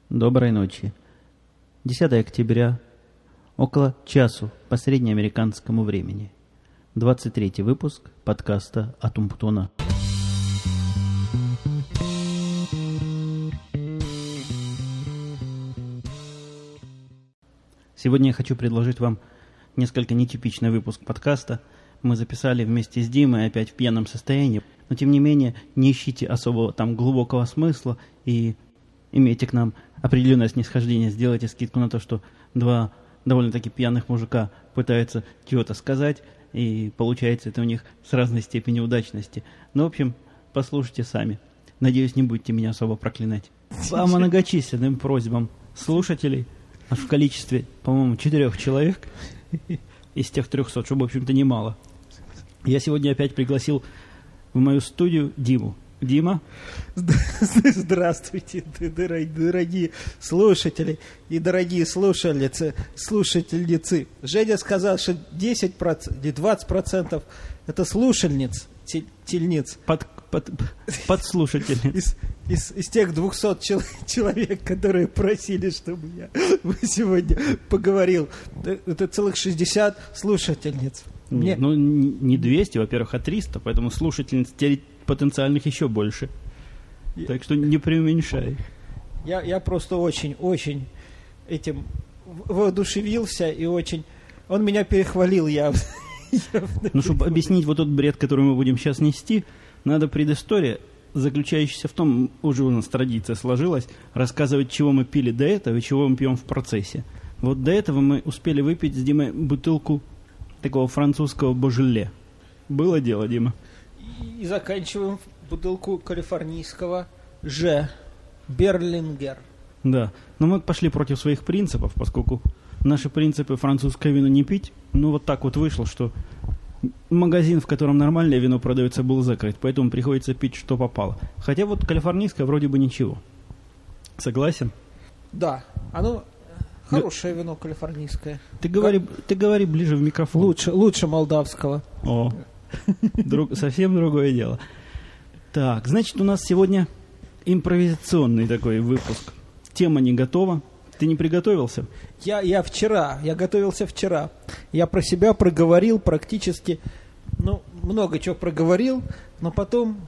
Доброй ночи. 10 октября, около часу по среднеамериканскому времени. 23-й выпуск подкаста от Умптуна. Сегодня я хочу предложить вам несколько нетипичный выпуск подкаста. Мы записали вместе с Димой опять в пьяном состоянии, но тем не менее не ищите особого там глубокого смысла и имейте к нам определенное снисхождение, сделайте скидку на то, что два довольно-таки пьяных мужика пытаются чего-то сказать, и получается это у них с разной степенью удачности. Ну, в общем, послушайте сами. Надеюсь, не будете меня особо проклинать. По многочисленным просьбам слушателей, аж в количестве, по-моему, 4 человек из тех 300, что, в общем-то, немало, я сегодня опять пригласил в мою студию Диму. Дима? Здравствуйте, дорогие слушатели и дорогие слушательницы. Женя сказал, что 10% или 20% это слушательниц, тельниц. Подслушательниц. Из тех 200 человек, которые просили, чтобы я сегодня поговорил. Это целых 60 слушательниц. Ну, не 200, во-первых, а 300, поэтому слушательниц потенциальных еще больше. Так что не преуменьшай. Я просто очень этим воодушевился и очень... Он меня перехвалил явно. Ну, чтобы объяснить вот тот бред, который мы будем сейчас нести, надо предыстория, заключающаяся в том, уже у нас традиция сложилась, рассказывать, чего мы пили до этого и чего мы пьем в процессе. Вот до этого мы успели выпить с Димой бутылку такого французского божеле. Было дело, Дима? И заканчиваем бутылку калифорнийского Ж. Берлингер. Да, но мы пошли против своих принципов, поскольку наши принципы французское вино не пить. Ну, вот так вот вышло, что магазин, в котором нормальное вино продается, был закрыт, поэтому приходится пить, что попало. Хотя вот калифорнийское вроде бы ничего. Согласен? Да, оно хорошее вино калифорнийское. Ты говори ближе в микрофон. Лучше молдавского. О, совсем другое дело. Так, значит, у нас сегодня импровизационный такой выпуск. Тема не готова. Ты не приготовился? Я готовился вчера. Я про себя проговорил практически, много чего проговорил, но потом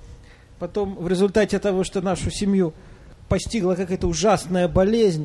в результате того, что нашу семью постигла какая-то ужасная болезнь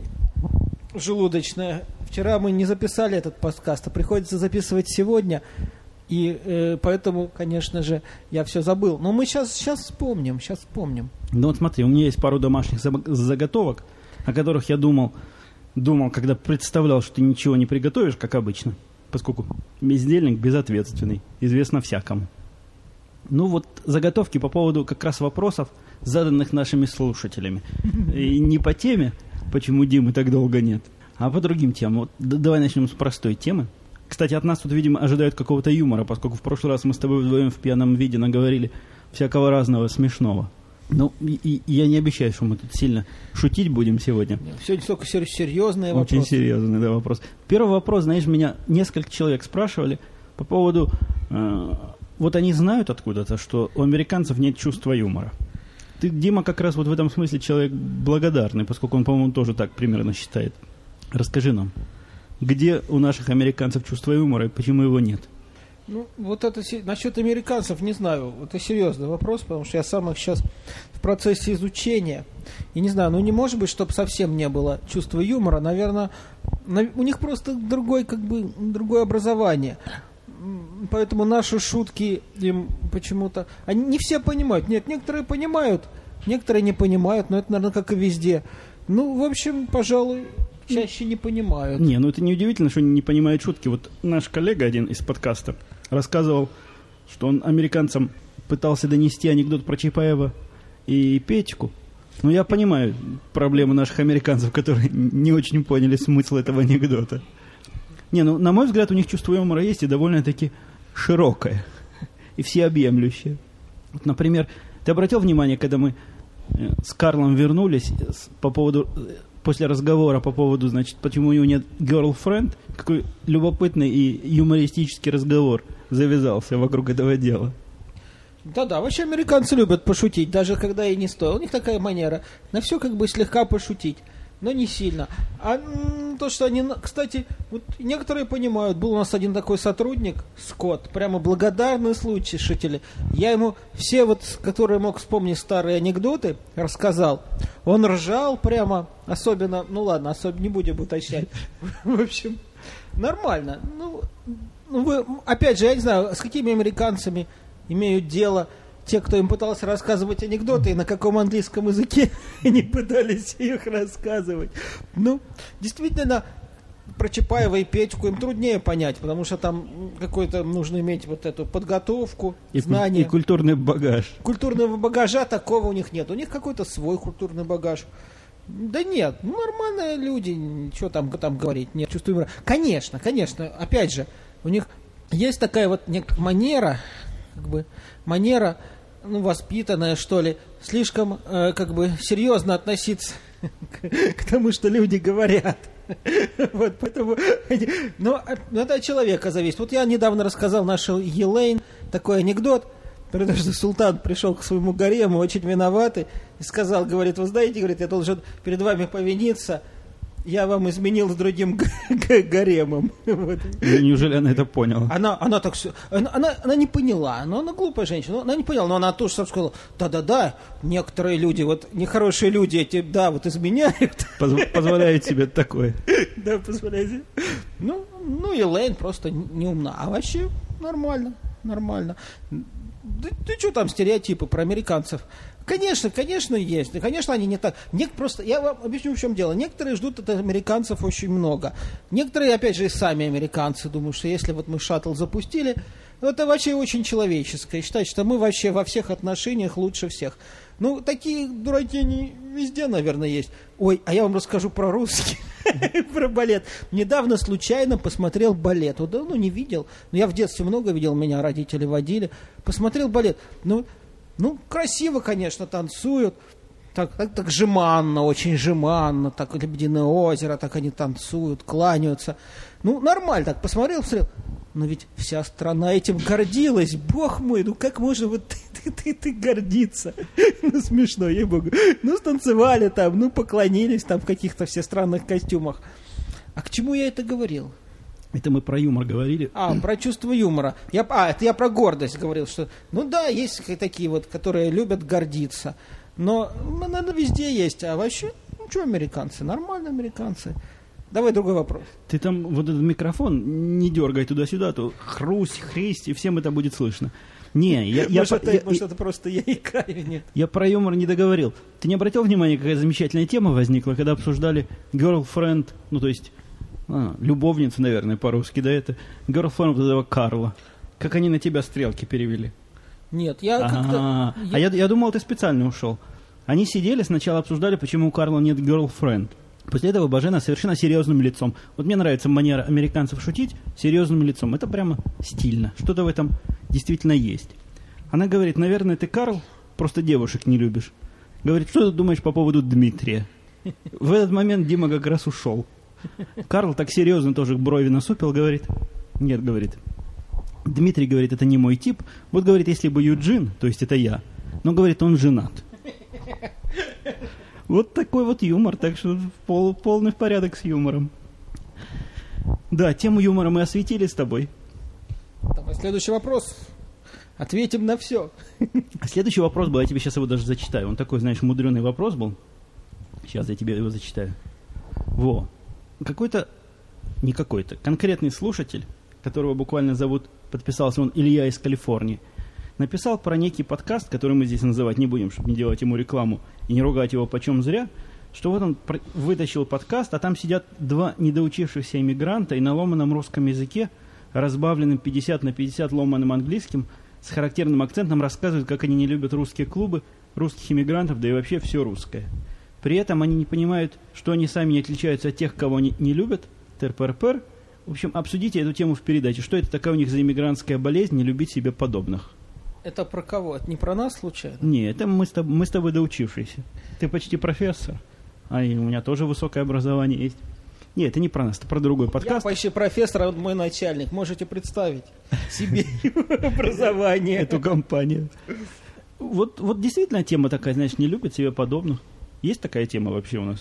желудочная, вчера мы не записали этот подкаст, а приходится записывать сегодня. И поэтому, конечно же, я все забыл. Но мы сейчас вспомним. Ну вот смотри, у меня есть пару домашних заготовок, о которых я думал, когда представлял, что ты ничего не приготовишь, как обычно, поскольку бездельник безответственный, известно всякому. Ну вот заготовки по поводу как раз вопросов, заданных нашими слушателями. И не по теме, почему Димы так долго нет, а по другим темам. Вот давай начнем с простой темы. Кстати, от нас тут, видимо, ожидают какого-то юмора, поскольку в прошлый раз мы с тобой вдвоем в пьяном виде наговорили всякого разного смешного. Ну, и я не обещаю, что мы тут сильно шутить будем сегодня. Сегодня только серьезные вопросы. Очень серьезный, да, вопрос. Первый вопрос, знаешь, меня несколько человек спрашивали по поводу... вот они знают откуда-то, что у американцев нет чувства юмора. Ты, Дима, как раз вот в этом смысле человек благодарный, поскольку он, по-моему, тоже так примерно считает. Расскажи нам. Где у наших американцев чувство юмора и почему его нет? Ну, вот это насчет американцев не знаю. Это серьезный вопрос, потому что я сам их сейчас в процессе изучения. И не знаю, не может быть, чтобы совсем не было чувства юмора. Наверное, у них просто другое образование. Поэтому наши шутки им почему-то... Они не все понимают. Нет, некоторые понимают, некоторые не понимают, но это, наверное, как и везде. Ну, в общем, пожалуй... чаще не понимают. Не, это не удивительно, что они не понимают шутки. Вот наш коллега один из подкаста рассказывал, что он американцам пытался донести анекдот про Чапаева и Петьку. Но я понимаю проблему наших американцев, которые не очень поняли смысл этого анекдота. Не, на мой взгляд, у них чувство юмора есть и довольно-таки широкое и всеобъемлющее. Вот, например, ты обратил внимание, когда мы с Карлом вернулись после разговора по поводу, значит, почему у него нет girlfriend, какой любопытный и юмористический разговор завязался вокруг этого дела. Да-да, вообще американцы любят пошутить, даже когда и не стоит. У них такая манера на все как бы слегка пошутить. но не сильно. А то, что они, кстати, вот некоторые понимают, был у нас один такой сотрудник, Скотт, прямо благодарный слушатели. Я ему все вот, которые мог вспомнить старые анекдоты, рассказал. Он ржал прямо, особенно, ну ладно, особенно не будем уточнять. В общем, нормально. Ну, вы, опять же, я не знаю, с какими американцами имеют дело те, кто им пытался рассказывать анекдоты, и на каком английском языке они пытались их рассказывать. Ну, действительно, про Чапаева и Петьку им труднее понять, потому что там какой-то нужно иметь вот эту подготовку, знания. И культурный багаж. Культурного багажа такого у них нет. У них какой-то свой культурный багаж. Да нет, ну, нормальные люди, что там говорить, нет, чувство юмора. Конечно, опять же, у них есть такая вот манера, ну, воспитанная, что ли, слишком, серьезно относиться к тому, что люди говорят. Вот, поэтому, но это от человека зависит. Вот я недавно рассказал нашей Елейн такой анекдот, потому что султан пришел к своему гарему, очень виноватый, и сказал, говорит, вы знаете, говорит, я должен перед вами повиниться, я вам изменил с другим гаремом. Вот. Неужели она это поняла? Она так все... Она не поняла, но она глупая женщина, она не поняла, но она тоже сказала, да, некоторые люди, вот нехорошие люди эти, да, вот изменяют. Позволяют себе такое. Да, позволяют себе. Ну, Елейн просто не умна, а вообще нормально. Ты что там стереотипы про американцев? Конечно, есть. Конечно, они не так. Просто, я вам объясню, в чем дело. Некоторые ждут от американцев очень много. Некоторые, опять же, и сами американцы думают, что если вот мы шаттл запустили, это вообще очень человеческое. Считать, что мы вообще во всех отношениях лучше всех. Ну, такие дураки они везде, наверное, есть. Ой, а я вам расскажу про русский, про балет. Недавно случайно посмотрел балет. Вот давно не видел. Но я в детстве много видел, меня родители водили. Посмотрел балет. Ну, красиво, конечно, танцуют. Так жеманно, очень жеманно. Так «Лебединое озеро», так они танцуют, кланяются. Ну, нормально так. Посмотрел. Но ведь вся страна этим гордилась. Бог мой, ну как можно вот ты гордиться? Ну, смешно, ей-богу. Ну, станцевали там, ну, поклонились там в каких-то все странных костюмах. А к чему я это говорил? Это мы про юмор говорили. Про чувство юмора. Это я про гордость говорил, что, ну да, есть такие вот, которые любят гордиться. Но, наверное, везде есть. А вообще, ну что американцы? Нормальные американцы. Давай другой вопрос. Ты там вот этот микрофон не дергай туда-сюда, то хрусть, и всем это будет слышно. Не, может, это просто я играю, нет? Я про юмор не договорил. Ты не обратил внимания, какая замечательная тема возникла, когда обсуждали girlfriend, ну, то есть... любовница, наверное, по-русски, да, это girlfriend вот этого Карла. Как они на тебя стрелки перевели? Нет, я думал, ты специально ушел. Они сидели, сначала обсуждали, почему у Карла нет girlfriend. После этого Бажена совершенно серьезным лицом. Вот мне нравится манера американцев шутить серьезным лицом. Это прямо стильно. Что-то в этом действительно есть. Она говорит, наверное, ты, Карл, просто девушек не любишь. Говорит, что ты думаешь по поводу Дмитрия? В этот момент Дима как раз ушел. Карл так серьезно тоже брови насупил, говорит, нет, говорит, Дмитрий, говорит, это не мой тип. Вот, говорит, если бы Юджин, то есть это я, но, говорит, он женат. Вот такой вот юмор, так что полный порядок с юмором. Да, тему юмора мы осветили с тобой. Давай следующий вопрос. Ответим на все. Следующий вопрос был, я тебе сейчас его даже зачитаю. Он такой, знаешь, мудреный вопрос был. Сейчас я тебе его зачитаю. Конкретный слушатель, которого буквально зовут, подписался он Илья из Калифорнии, написал про некий подкаст, который мы здесь называть не будем, чтобы не делать ему рекламу и не ругать его почем зря, что вот он вытащил подкаст, а там сидят два недоучившихся иммигранта и на ломаном русском языке, разбавленным 50/50 ломаным английским, с характерным акцентом рассказывают, как они не любят русские клубы, русских иммигрантов, да и вообще все русское. При этом они не понимают, что они сами не отличаются от тех, кого они не любят, тер-пер-пер. В общем, обсудите эту тему в передаче. Что это такая у них за иммигрантская болезнь, не любить себе подобных? Это про кого? Это не про нас, случайно? Не, это мы с тобой доучившиеся. Ты почти профессор, а и у меня тоже высокое образование есть. Не, это не про нас, это про другой подкаст. Я почти профессор, а вот мой начальник. Можете представить себе образование. Эту компанию. Вот действительно тема такая, знаешь, не любят себе подобных. Есть такая тема вообще у нас?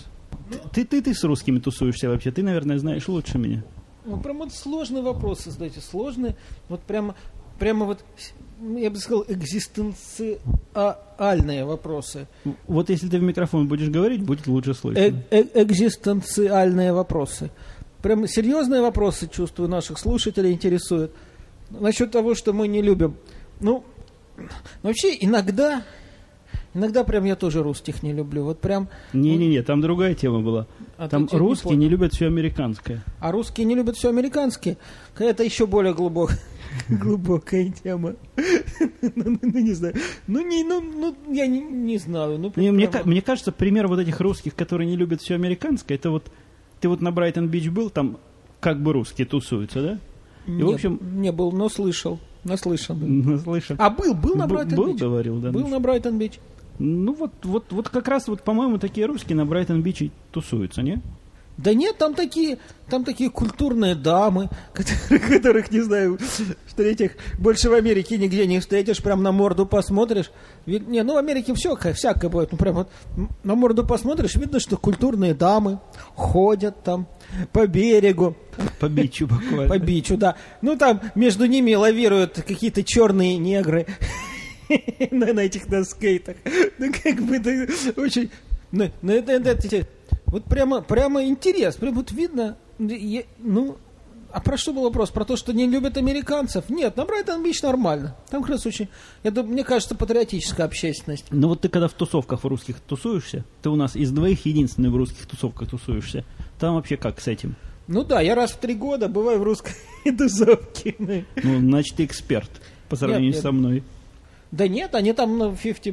Ты с русскими тусуешься вообще, ты, наверное, знаешь лучше меня. Ну, прям вот сложные вопросы задаете, сложные, вот прямо вот, я бы сказал, экзистенциальные вопросы. Вот если ты в микрофон будешь говорить, будет лучше слышно. Экзистенциальные вопросы. Прям серьезные вопросы, чувствую, наших слушателей интересуют. Насчет того, что мы не любим. Ну, вообще, иногда прям я тоже русских не люблю. Вот прям... Не-не-не, там другая тема была. Там русские не любят все американское. А русские не любят все американское? Это еще более глубокая тема. Ну, не знаю. Я не знаю. Мне кажется, пример вот этих русских, которые не любят все американское, это вот... Ты вот на Брайтон-Бич был, там как бы русские тусуются, да? И, в общем... Не был, но слышал. Наслышан. А был на Брайтон-Бич? Был, говорил, да. Был на Брайтон-Бич. Ну вот как раз, вот, по-моему, такие русские на Брайтон-Биче тусуются, не? Да нет, там такие культурные дамы, которых, не знаю, встретишь, больше в Америке нигде не встретишь, прям на морду посмотришь. Не, ну в Америке всякое бывает, ну прям вот на морду посмотришь, видно, что культурные дамы ходят там по берегу. По бичу буквально. По бичу, да. Ну там между ними лавируют какие-то черные негры на этих на скейтах. Ну как бы это очень... Вот прямо интерес, прям вот видно, а про что был вопрос? Про то, что не любят американцев? Нет, на Брайтон-Бич нормально. Там как раз очень, мне кажется, патриотическая общественность. Ну вот ты когда в тусовках в русских тусуешься, ты у нас из двоих единственный в русских тусовках тусуешься, там вообще как с этим? Ну да, я раз в 3 года бываю в русской тусовке. Ну, значит, ты эксперт по сравнению со мной. Да нет, они там на 50%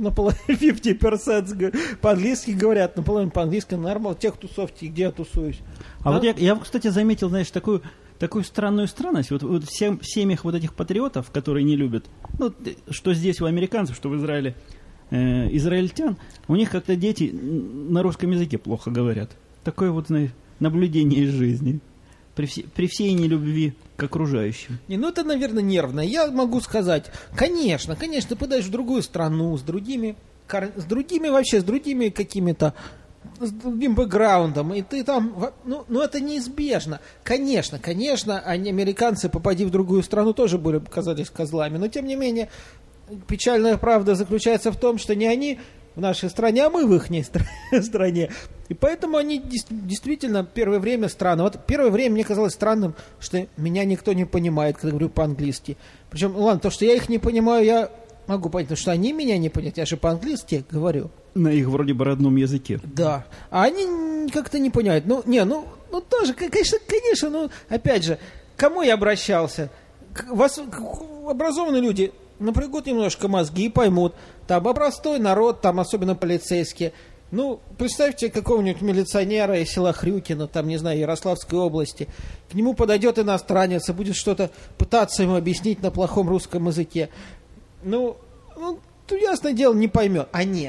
по-английски говорят, наполовину по-английски, нормально, тех тусовки, где я тусуюсь. А вот я, кстати, заметил, знаешь, такую странную странность, вот в семьях вот этих патриотов, которые не любят, ну, что здесь у американцев, что в Израиле, израильтян, у них как-то дети на русском языке плохо говорят. Такое вот, знаешь, наблюдение из жизни. При всей нелюбви к окружающим. Ну это, наверное, нервно. Я могу сказать, конечно, ты подаешь в другую страну, с другими какими-то, с другим бэкграундом, и ты там, ну это неизбежно. Конечно, они, американцы, попади в другую страну, тоже казались козлами, но тем не менее, печальная правда заключается в том, что не они в нашей стране, а мы в их стране. И поэтому они действительно первое время странно. Вот первое время мне казалось странным, что меня никто не понимает, когда говорю по-английски. Причем, ладно, то, что я их не понимаю, я могу понять, потому что они меня не понимают, я же по-английски говорю. На их вроде бы родном языке. Да. А они как-то не понимают. Ну тоже, конечно, ну, опять же, к кому я обращался? Образованные люди напрягут немножко мозги и поймут. Там простой народ, там особенно полицейские. Ну, представьте какого-нибудь милиционера из села Хрюкино, там, не знаю, Ярославской области. К нему подойдет иностранец и будет что-то пытаться ему объяснить на плохом русском языке. Ну, то ясное дело, не поймет. А не,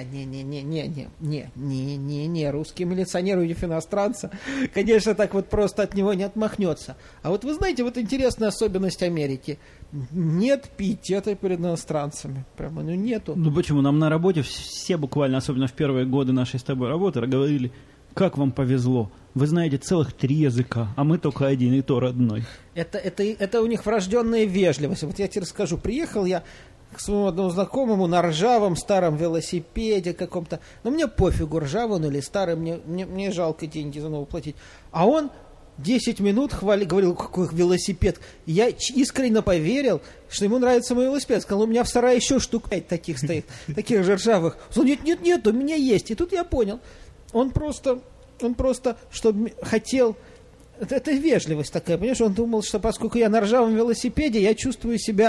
русский милиционер, увидев иностранца, конечно, так вот просто от него не отмахнется. А вот вы знаете, вот интересная особенность Америки. Нет пиетета перед иностранцами. Прямо, нету. Ну почему? Нам на работе все буквально, особенно в первые годы нашей с тобой работы, говорили, как вам повезло. Вы знаете целых 3 языка, а мы только 1, и то родной. Это у них врожденная вежливость. Вот я тебе расскажу. Приехал я к своему одному знакомому на ржавом старом велосипеде каком-то. Но мне пофигу, ржавый он или старый, мне жалко деньги за новый платить. А он 10 минут говорил, какой велосипед. Я искренне поверил, что ему нравится мой велосипед. Сказал, у меня в сарае еще штук 5 таких стоит, таких же ржавых. Он сказал, нет, у меня есть. И тут я понял, он просто чтобы хотел... Это вежливость такая, понимаешь? Он думал, что поскольку я на ржавом велосипеде, я чувствую себя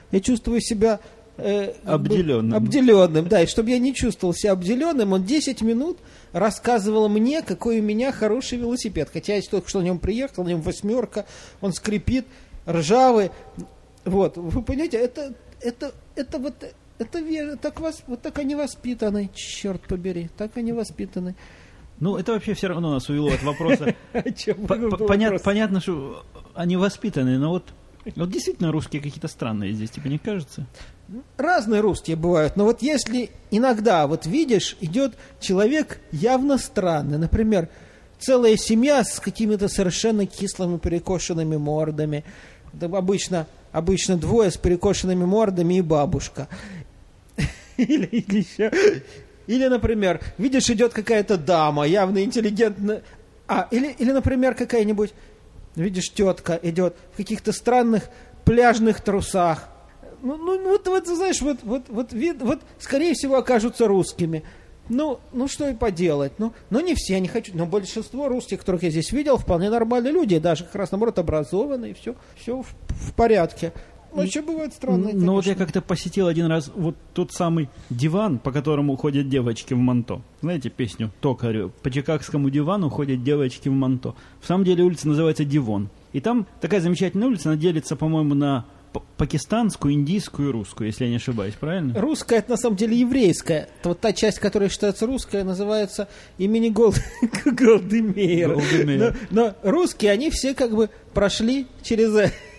обделенным. Да, и чтобы я не чувствовал себя обделенным, он 10 минут рассказывал мне, какой у меня хороший велосипед. Хотя я только что на нем приехал, на нем 8, он скрипит, ржавый. Вот, вы понимаете, так они воспитаны, черт побери, так они воспитаны. Ну, это вообще все равно нас увело от вопроса. Понятно, что они воспитаны, но вот Вот действительно русские какие-то странные здесь, тебе не кажется? Разные русские бывают, но вот если иногда, вот видишь, идет человек явно странный, например, целая семья с какими-то совершенно кислыми перекошенными мордами, обычно двое с перекошенными мордами и бабушка. Или, например, видишь, идет какая-то дама, явно интеллигентная, или, например, какая-нибудь, видишь, тетка идет в каких-то странных пляжных трусах. Вот знаешь, вот, скорее всего, окажутся русскими. Ну, что и поделать. Ну, не все, не хочу. Но большинство русских, которых я здесь видел, вполне нормальные люди. Даже как раз, наоборот, образованные. Все в порядке. Ну, еще бывает странно. Ну, вот я как-то посетил один раз вот тот самый диван, по которому ходят девочки в манто. Знаете песню Токарю? По чикагскому дивану ходят девочки в манто. В самом деле улица называется Дивон. И там такая замечательная улица, она делится, по-моему, на пакистанскую, индийскую и русскую, если я не ошибаюсь, правильно? Русская, это на самом деле еврейская. Это вот та часть, которая считается русская, называется имени Голдемейра. Но русские, они все как бы прошли через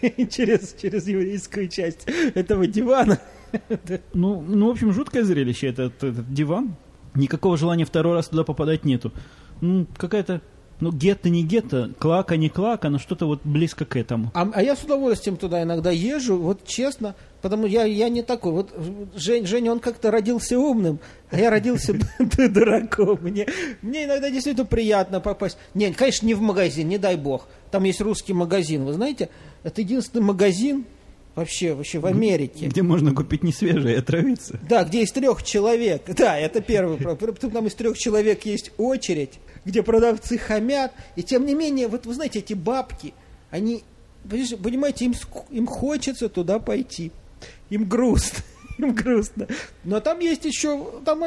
еврейскую часть этого дивана. Ну, в общем, жуткое зрелище этот диван. Никакого желания второй раз туда попадать нету. Какая-то... гетто не гетто, клака не клака, но что-то вот близко к этому. А я с удовольствием туда иногда езжу, вот честно, потому я не такой. Вот Женя, он как-то родился умным, а я родился дураком. Мне иногда действительно приятно попасть. Не, конечно, не в магазин, не дай бог. Там есть русский магазин, вы знаете, это единственный магазин вообще в Америке. Где можно купить несвежее и отравиться. Да, где из 3 человек. Да, это первый. Там из 3 человек есть очередь, где продавцы хамят, и тем не менее, вот вы знаете, эти бабки, они, понимаете, им хочется туда пойти, им грустно, но там есть еще, там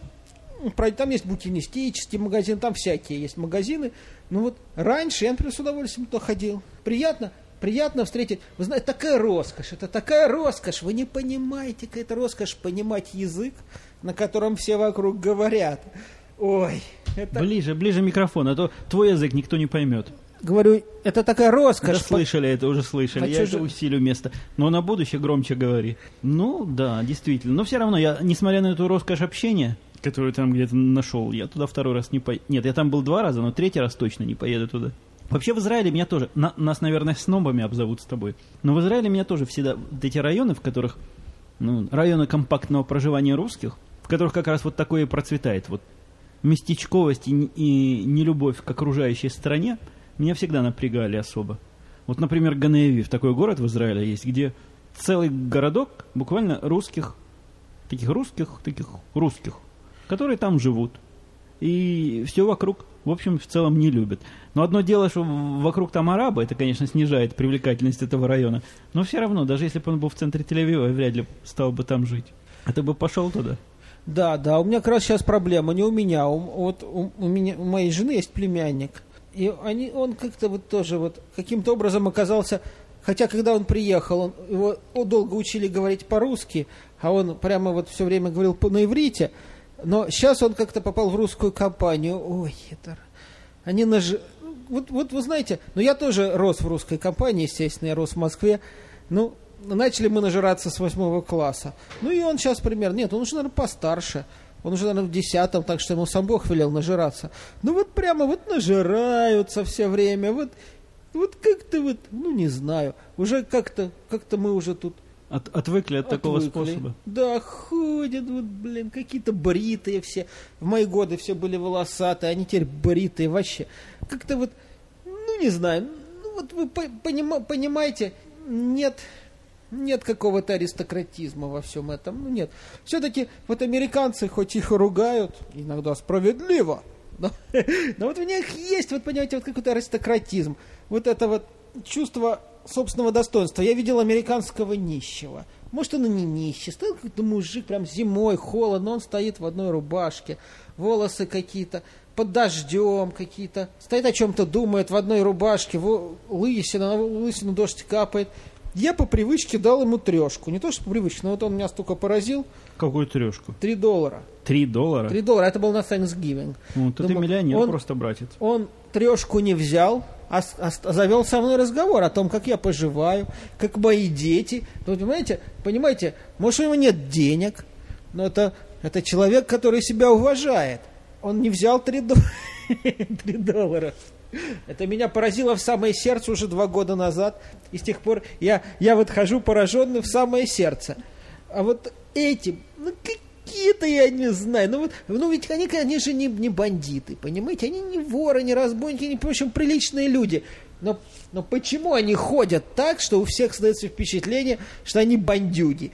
есть букинистический магазин, там всякие есть магазины, но вот раньше я, например, с удовольствием туда ходил, приятно встретить, вы знаете, это такая роскошь, вы не понимаете, какая это роскошь понимать язык, на котором все вокруг говорят. Ой, это... Ближе микрофон, а то твой язык никто не поймет. Говорю, это такая роскошь. Да уже слышали. Я это усилю место. Но на будущее громче говори. Ну, да, действительно. Но все равно, несмотря на эту роскошь общения, которую там где-то нашел, я туда второй раз не поеду. Нет, я там был 2 раза, но 3-й раз точно не поеду туда. Вообще в Израиле меня тоже, нас, наверное, снобами обзовут с тобой, но в Израиле меня тоже всегда, вот эти районы, в которых, районы компактного проживания русских, в которых как раз вот такое и процветает, вот местечковость и нелюбовь к окружающей стране меня всегда напрягали особо. Вот, например, Гаан-э-Авив, такой город в Израиле есть, где целый городок буквально русских, которые там живут. И все вокруг, в общем, в целом не любят. Но одно дело, что вокруг там арабы, это, конечно, снижает привлекательность этого района. Но все равно, даже если бы он был в центре Тель-Авива, я вряд ли стал бы там жить. А ты бы пошел туда? Да, у меня как раз сейчас проблема, не у меня. У моей жены есть племянник. И он как-то вот тоже вот каким-то образом оказался... Хотя, когда он приехал, его долго учили говорить по-русски, а он прямо вот все время говорил на иврите. Но сейчас он как-то попал в русскую компанию. Ой, это... Они Вот вы знаете, я тоже рос в русской компании, естественно, я рос в Москве. Начали мы нажираться с 8 класса. И он сейчас примерно... Нет, он уже, наверное, постарше. Он уже, наверное, в 10-м, так что ему сам Бог велел нажираться. Прямо нажираются все время. Вот как-то не знаю. Уже как-то мы уже тут... Отвыкли от такого способа. Да, ходят, какие-то бритые все. В мои годы все были волосатые, они теперь бритые вообще. Как-то не знаю. Вы понимаете, нет какого-то аристократизма во всем этом. Нет. Все-таки американцы хоть их и ругают, иногда справедливо, но в них есть, понимаете, какой-то аристократизм. Это чувство собственного достоинства. Я видел американского нищего. Может, он и не нищий. Стоит какой-то мужик, прям зимой, холодно, он стоит в одной рубашке, волосы какие-то, под дождем какие-то. Стоит о чем-то думает в одной рубашке, лысину дождь капает. Я по привычке дал ему 3. Не то, что по привычке, но вот он меня столько поразил. Какую 3? $3. $3? $3. Это был на Thanksgiving. Ну, ты миллионер просто, братец. Он 3 не взял, а завел со мной разговор о том, как я поживаю, как мои дети. Вы понимаете, может, у него нет денег, но это человек, который себя уважает. Он не взял $3. Это меня поразило в самое сердце уже 2 года назад. И с тех пор я вот хожу пораженный в самое сердце. А вот эти, какие-то я не знаю. Ведь они же не бандиты, понимаете? Они не воры, не разбойники, они, в общем, приличные люди. Но почему они ходят так, что у всех создается впечатление, что они бандюги?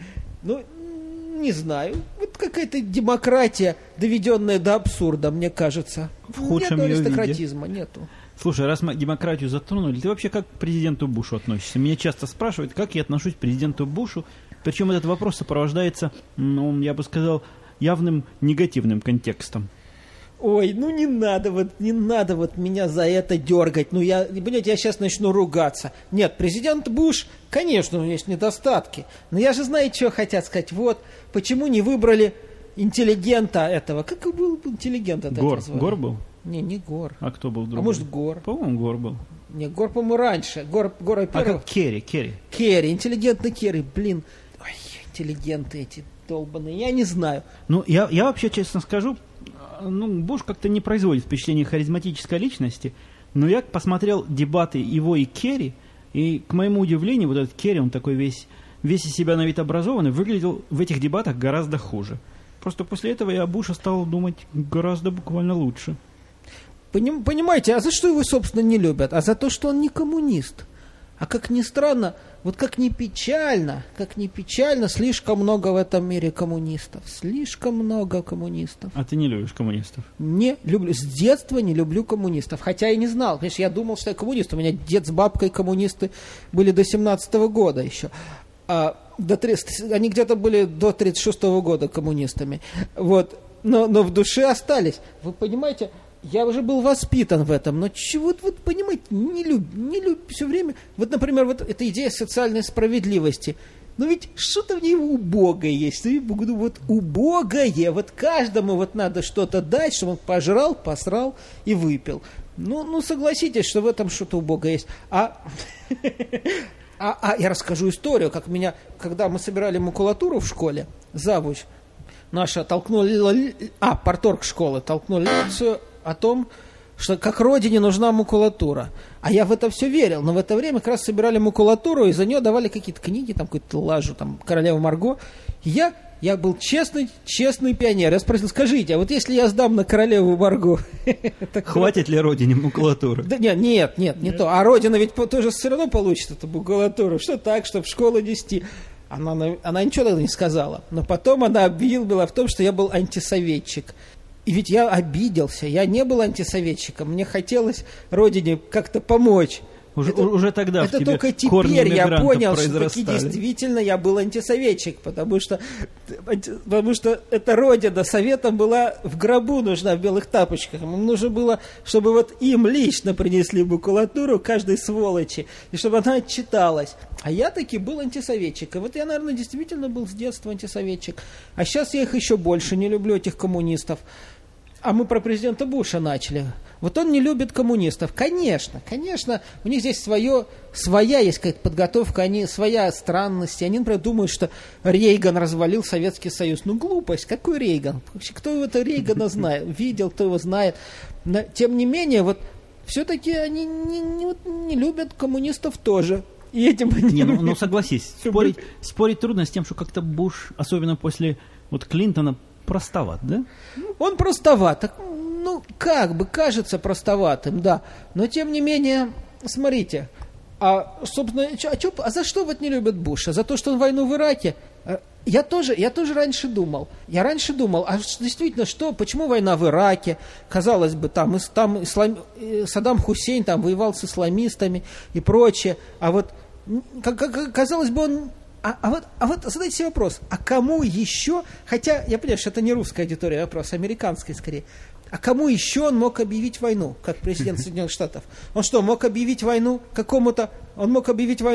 Не знаю. Вот какая-то демократия, доведенная до абсурда, мне кажется. В худшем Нету ее аристократизма, виде. нету. Слушай, раз мы демократию затронули, ты вообще как к президенту Бушу относишься? Меня часто спрашивают, как я отношусь к президенту Бушу. Причем этот вопрос сопровождается, я бы сказал, явным негативным контекстом. Ой, не надо меня за это дергать. Я сейчас начну ругаться. Нет, президент Буш, конечно, у него есть недостатки. Но я же знаю, что хотят сказать. Вот, почему не выбрали интеллигента этого. Как был интеллигент этот? Гор был? Не Гор. А кто был другой? А может, Гор? По-моему, Гор был. Не, Гор, по-моему, раньше. Гор первый. А как Керри? Керри, интеллигентный Керри, блин. Ой, интеллигенты эти долбаные, я не знаю. Я вообще, честно скажу, Буш как-то не производит впечатление харизматической личности, но я посмотрел дебаты его и Керри, и, к моему удивлению, вот этот Керри, он такой весь из себя на вид образованный, выглядел в этих дебатах гораздо хуже. Просто после этого я о Буше стал думать гораздо буквально лучше. Понимаете, а за что его, собственно, не любят? А за то, что он не коммунист. А как ни странно, вот как ни печально, слишком много в этом мире коммунистов. Слишком много коммунистов. А ты не любишь коммунистов? Не люблю. С детства не люблю коммунистов. Хотя и не знал. Конечно, я думал, что я коммунист. У меня дед с бабкой коммунисты были до 17-го года еще. Они где-то были до 36-го года коммунистами. Вот. Но в душе остались. Вы понимаете... Я уже был воспитан в этом, но чего-то, вот, понимаете, не люблю все время. Вот, например, вот эта идея социальной справедливости. Но ведь что-то в ней убогое есть. Вот убогое. Вот каждому вот надо что-то дать, чтобы он пожрал, посрал и выпил. Согласитесь, что в этом что-то убогое есть. А я расскажу историю, как когда мы собирали макулатуру в школе, завуч наша парторг школы толкнули лекцию о том, что как родине нужна макулатура. А я в это все верил. Но в это время как раз собирали макулатуру, и за нее давали какие-то книги, какую-то лажу, «Королева Марго». И я был честный пионер. Я спросил, скажите, а вот если я сдам на «Королеву Марго»... Хватит ли родине макулатуры? Да нет, не то. А родина ведь тоже все равно получит эту макулатуру. Что так, чтобы в школу нести... Она ничего тогда не сказала. Но потом она обвинила меня в том, что я был антисоветчик. И ведь я обиделся. Я не был антисоветчиком. Мне хотелось родине как-то помочь. Уже тогда это в тебе только корни теперь я понял, произрастали. что таки действительно я был антисоветчик, потому что эта родина советам была в гробу нужна, в белых тапочках. Им нужно было, чтобы вот им лично принесли макулатуру каждой сволочи, и чтобы она отчиталась. А я таки был антисоветчик. И вот я, наверное, действительно был с детства антисоветчик. А сейчас я их еще больше не люблю, этих коммунистов. А мы про президента Буша начали. Вот он не любит коммунистов. Конечно, у них здесь своя есть какая-то подготовка, своя странность. Они, например, думают, что Рейган развалил Советский Союз. Глупость, какой Рейган? Вообще, кто это Рейгана знает? Видел, кто его знает. Но, тем не менее, вот все-таки они не любят коммунистов тоже. И этим они согласись, спорить трудно с тем, что как-то Буш, особенно после Клинтона, простоват, да? Он простоват. Как бы кажется простоватым, да. Но, тем не менее, смотрите, собственно, за что вот не любят Буша? За то, что он войну в Ираке? Я тоже раньше думал. Действительно, почему война в Ираке? Казалось бы, там Саддам Хусейн там воевал с исламистами и прочее. А вот, казалось бы, он... А вот задайте себе вопрос, а кому еще, хотя я понимаю, что это не русская аудитория, вопрос американский скорее, а кому еще он мог объявить войну, как президент Соединенных Штатов? Он что, мог объявить войну он мог объявить войну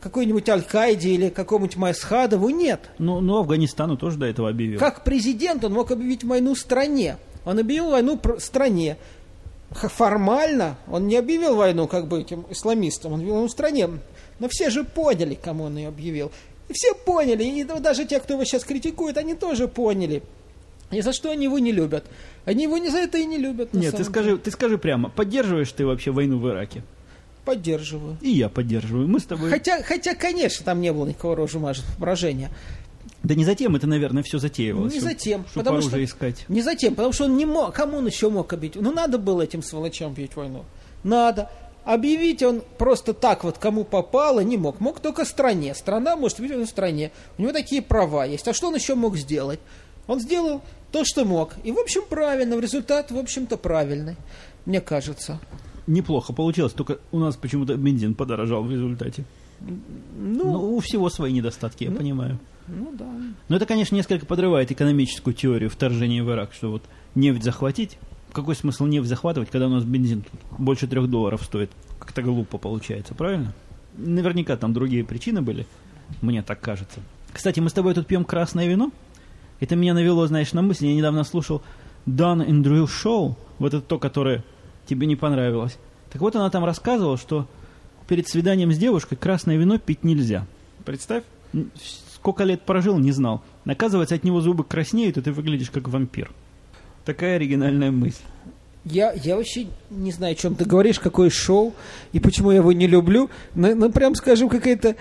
какой-нибудь Аль-Каиде или какому-нибудь Масхадову, нет. Ну, Афганистану тоже до этого объявил. Как президент он мог объявить войну стране. Он объявил войну стране. Формально он не объявил войну как бы этим исламистам, он объявил войну стране. Но все же поняли, кому он ее объявил. И все поняли, и даже те, кто его сейчас критикует, они тоже поняли. И за что они его не любят? Они его не за это и не любят. Нет, ты скажи прямо, поддерживаешь ты вообще войну в Ираке? Поддерживаю. И я поддерживаю. Мы с тобой... Хотя, конечно, там не было никакого поражения. Да не затем это, наверное, все затеивалось. Не затем. Чтобы оружие искать. Не затем, потому что он не мог. Кому он еще мог объявить? Ну, надо было этим сволочам объявить войну. Надо. Объявить он просто так вот, кому попало, не мог. Мог только стране. Страна может объявить войну стране. У него такие права есть. А что он еще мог сделать? Он сделал то, что мог. И, в общем, правильно. Результат, в общем-то, правильный. Мне кажется. Неплохо получилось, только у нас почему-то бензин подорожал в результате. Ну, у всего свои недостатки, я понимаю. Ну, да. Но это, конечно, несколько подрывает экономическую теорию вторжения в Ирак, что вот нефть захватить, какой смысл нефть захватывать, когда у нас бензин больше $3 стоит? Как-то глупо получается, правильно? Наверняка там другие причины были, мне так кажется. Кстати, мы с тобой тут пьем красное вино. Это меня навело, знаешь, на мысль. Я недавно слушал Dawn and Drew Show, вот это то, которое тебе не понравилось. Так вот, она там рассказывала, что перед свиданием с девушкой красное вино пить нельзя. Представь, сколько лет прожил, не знал. Оказывается, от него зубы краснеют, и ты выглядишь как вампир. Такая оригинальная мысль. Я вообще не знаю, о чем ты говоришь, какое шоу, и почему я его не люблю. Ну прям скажем, какая-то...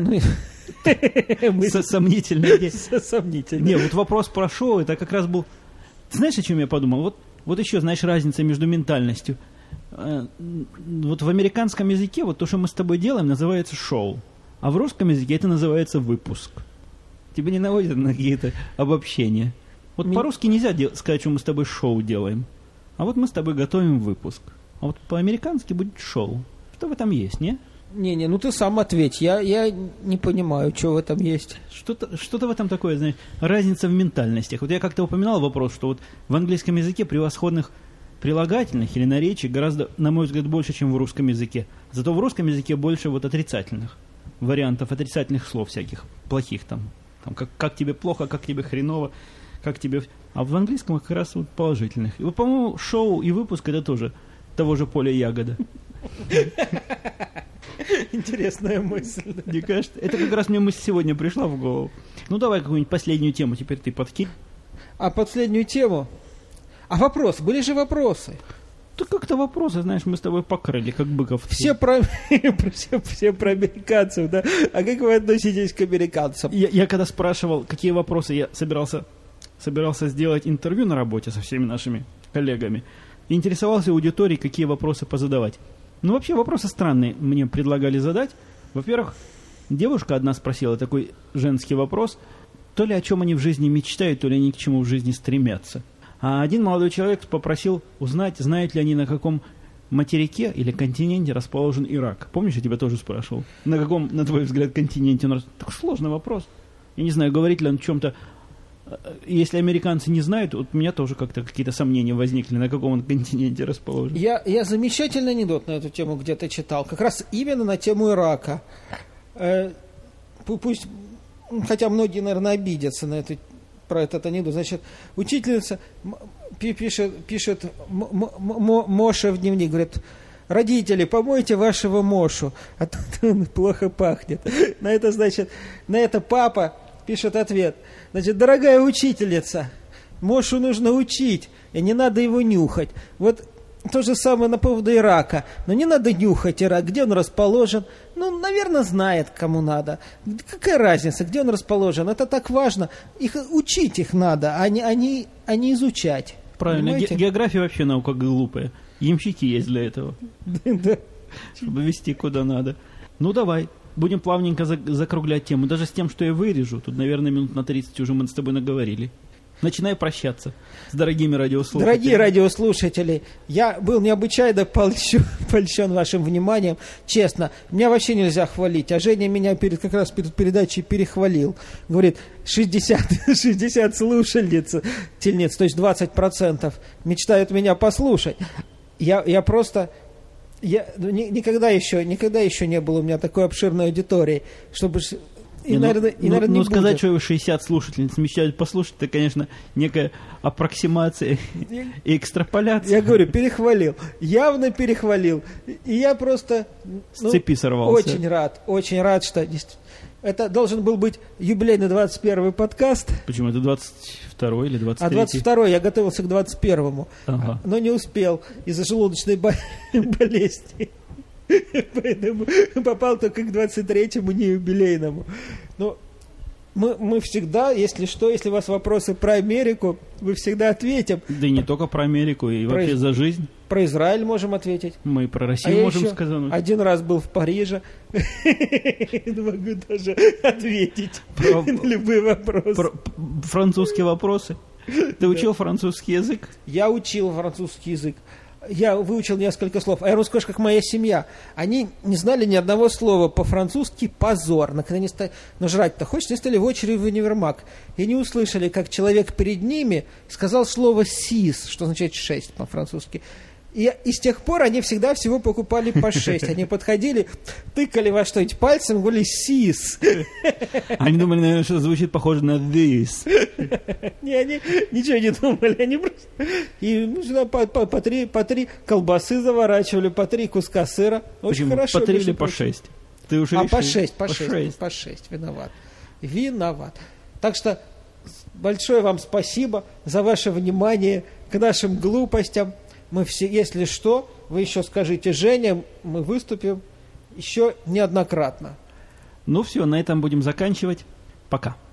Сомнительная. Сомнительная. Не, вот вопрос про шоу, это как раз был... Ты знаешь, о чем я подумал? Вот еще, знаешь, разница между ментальностью. Вот в американском языке вот то, что мы с тобой делаем, называется шоу. А в русском языке это называется выпуск. Тебе не наводят на какие-то обобщения? Вот по-русски нельзя сказать, что мы с тобой шоу делаем. А вот мы с тобой готовим выпуск. А вот по-американски будет шоу. Что в этом есть, не? Не, ну ты сам ответь. Я не понимаю, что в этом есть. Что-то в этом такое, знаешь, разница в ментальностях. Вот я как-то упоминал вопрос, что вот в английском языке превосходных прилагательных или наречий гораздо, на мой взгляд, больше, чем в русском языке. Зато в русском языке больше вот отрицательных вариантов, отрицательных слов всяких, плохих там как тебе плохо, как тебе хреново, как тебе... А в английском как раз вот положительных. И вот, по-моему, шоу и выпуск это тоже того же поля ягода. Интересная мысль. Мне кажется, это как раз мне мысль сегодня пришла в голову. Ну, давай какую-нибудь последнюю тему теперь ты подкинь. А последнюю тему? А вопросы? Были же вопросы. Да как-то вопросы, знаешь, мы с тобой покрыли, как Быков. Все про американцев, да? А как вы относитесь к американцам? Я когда спрашивал, какие вопросы, я собирался сделать интервью на работе со всеми нашими коллегами. И интересовался аудиторией, какие вопросы позадавать. Ну, вообще, вопросы странные мне предлагали задать. Во-первых, девушка одна спросила такой женский вопрос, то ли о чем они в жизни мечтают, то ли они к чему в жизни стремятся. А один молодой человек попросил узнать, знают ли они, на каком материке или континенте расположен Ирак. Помнишь, я тебя тоже спрашивал? На каком, на твой взгляд, континенте он расположен? Так сложный вопрос. Я не знаю, говорит ли он о чем-то. Если американцы не знают, вот у меня тоже как-то какие-то сомнения возникли, на каком он континенте расположен. Я замечательный анекдот на эту тему где-то читал. Как раз именно на тему Ирака. Пусть, хотя многие, наверное, обидятся про этот анекдот. Значит, учительница пишет Моше в дневник, говорит: родители, помойте вашего Мошу, а то он плохо пахнет. На это папа пишет ответ. Значит, дорогая учительница, Мошу нужно учить, и не надо его нюхать. Вот то же самое на поводу Ирака. Но не надо нюхать Ирак, где он расположен. Ну, наверное, знает, кому надо. Какая разница, где он расположен? Это так важно. Учить их надо, а не изучать. Правильно. География вообще наука глупая. Ямщики есть для этого. Чтобы вести куда надо. Ну, давай. Будем плавненько закруглять тему. Даже с тем, что я вырежу. Тут, наверное, минут на 30 уже мы с тобой наговорили. Начинай прощаться с дорогими радиослушателями. Дорогие радиослушатели, я был необычайно польщен вашим вниманием. Честно, меня вообще нельзя хвалить. А Женя меня как раз перед передачей перехвалил. Говорит, 60 слушательниц, то есть 20% мечтают меня послушать. Я просто никогда еще не было у меня такой обширной аудитории, чтобы... наверное, сказать, что его 60 слушательниц мечтают послушать, это, конечно, некая аппроксимация и экстраполяция. Я говорю, перехвалил. Явно перехвалил. И я просто... С цепи сорвался. Очень рад, что... Это должен был быть юбилейный 21-й подкаст. Почему? Это 22-й или 23-й? А 22-й, я готовился к 21-му. Ага. Но не успел из-за желудочной болезни. Поэтому попал только к 23-му, не юбилейному. Но мы всегда, если что, если у вас вопросы про Америку, мы всегда ответим. Да и не только про Америку, и вообще за жизнь. Про Израиль можем ответить. Мы и про Россию можем сказать. Один раз был в Париже. Могу даже ответить на любые вопросы. Французские вопросы? Ты учил французский язык? Я учил французский язык. Я выучил несколько слов. А я расскажу, как моя семья. Они не знали ни одного слова по-французски. Позор. Но жрать-то хочешь? Они стали в очередь в универмаг. И не услышали, как человек перед ними сказал слово «сис», что означает «6» по-французски. И с тех пор они всегда всего покупали по 6. Они подходили, тыкали во что-нибудь пальцем, говорили «сис». Они думали, наверное, что звучит похоже на «this». Не, они ничего не думали. Они просто... И сюда по три колбасы заворачивали, по 3 куска сыра. Очень почему? Хорошо. По 3 или по 6? Ты уже по 6. По 6. Виноват. Так что большое вам спасибо за ваше внимание к нашим глупостям. Мы все, если что, вы еще скажите Жене, мы выступим еще неоднократно. Ну все, на этом будем заканчивать. Пока.